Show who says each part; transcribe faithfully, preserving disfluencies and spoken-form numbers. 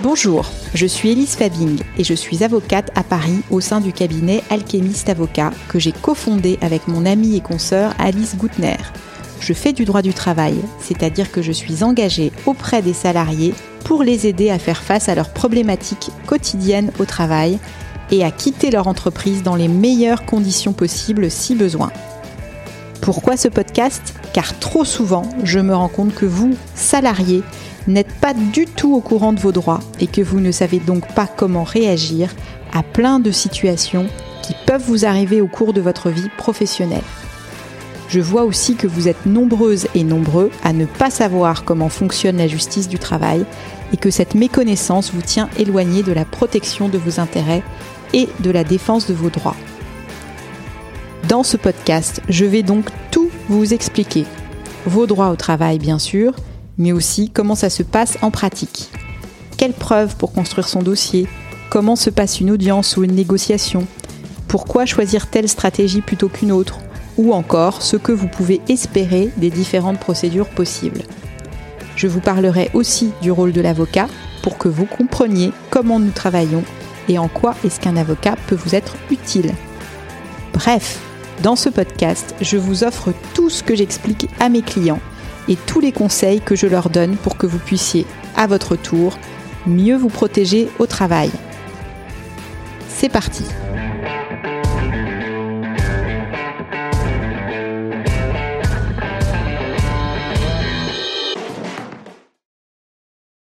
Speaker 1: Bonjour, je suis Élise Fabing et je suis avocate à Paris au sein du cabinet Alchemist Avocat que j'ai cofondé avec mon amie et consoeur Alice Goutner. Je fais du droit du travail, c'est-à-dire que je suis engagée auprès des salariés pour les aider à faire face à leurs problématiques quotidiennes au travail et à quitter leur entreprise dans les meilleures conditions possibles si besoin. Pourquoi ce podcast ? Car trop souvent, je me rends compte que vous, salariés, n'êtes pas du tout au courant de vos droits et que vous ne savez donc pas comment réagir à plein de situations qui peuvent vous arriver au cours de votre vie professionnelle. Je vois aussi que vous êtes nombreuses et nombreux à ne pas savoir comment fonctionne la justice du travail et que cette méconnaissance vous tient éloigné de la protection de vos intérêts et de la défense de vos droits. Dans ce podcast, je vais donc tout vous expliquer. Vos droits au travail, bien sûr, mais aussi comment ça se passe en pratique. Quelles preuves pour construire son dossier ? Comment se passe une audience ou une négociation ? Pourquoi choisir telle stratégie plutôt qu'une autre ? Ou encore ce que vous pouvez espérer des différentes procédures possibles. Je vous parlerai aussi du rôle de l'avocat pour que vous compreniez comment nous travaillons et en quoi est-ce qu'un avocat peut vous être utile. Bref, dans ce podcast, je vous offre tout ce que j'explique à mes clients et tous les conseils que je leur donne pour que vous puissiez, à votre tour, mieux vous protéger au travail. C'est parti!